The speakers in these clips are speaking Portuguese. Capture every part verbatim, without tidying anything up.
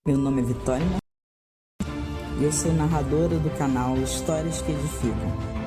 Meu nome é Vitória e eu sou narradora do canal Histórias que Edificam.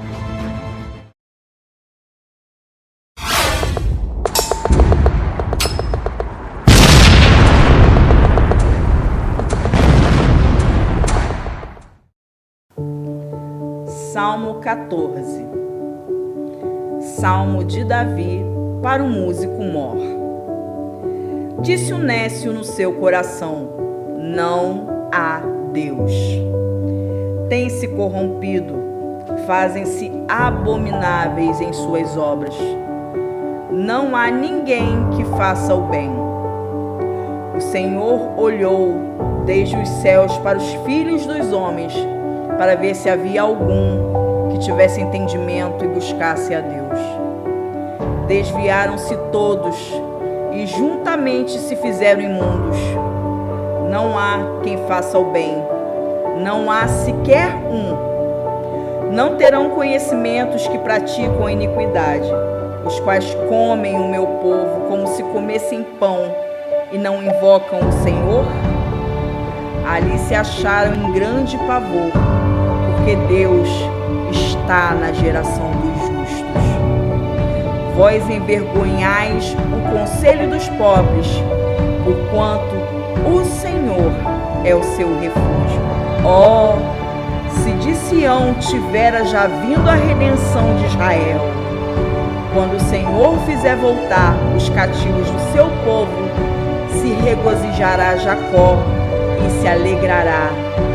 Salmo quatorze. Salmo de Davi para o músico mor. Disse o nécio no seu coração: não há Deus. Tem-se corrompido, fazem-se abomináveis em suas obras. Não há ninguém que faça o bem. O Senhor olhou desde os céus para os filhos dos homens, para ver se havia algum que tivesse entendimento e buscasse a Deus. Desviaram-se todos e juntamente se fizeram imundos. Não há quem faça o bem, não há sequer um. Não terão conhecimento os que praticam a iniquidade, os quais comem o meu povo como se comessem pão e não invocam o Senhor. Ali se acharam em grande pavor, porque Deus está na geração dos justos. Vós envergonhais o conselho dos pobres, porquanto o Senhor é o seu refúgio. Oh, se de Sião tivera já vindo a redenção de Israel! Quando o Senhor fizer voltar os cativos do seu povo, se regozijará Jacó e se alegrará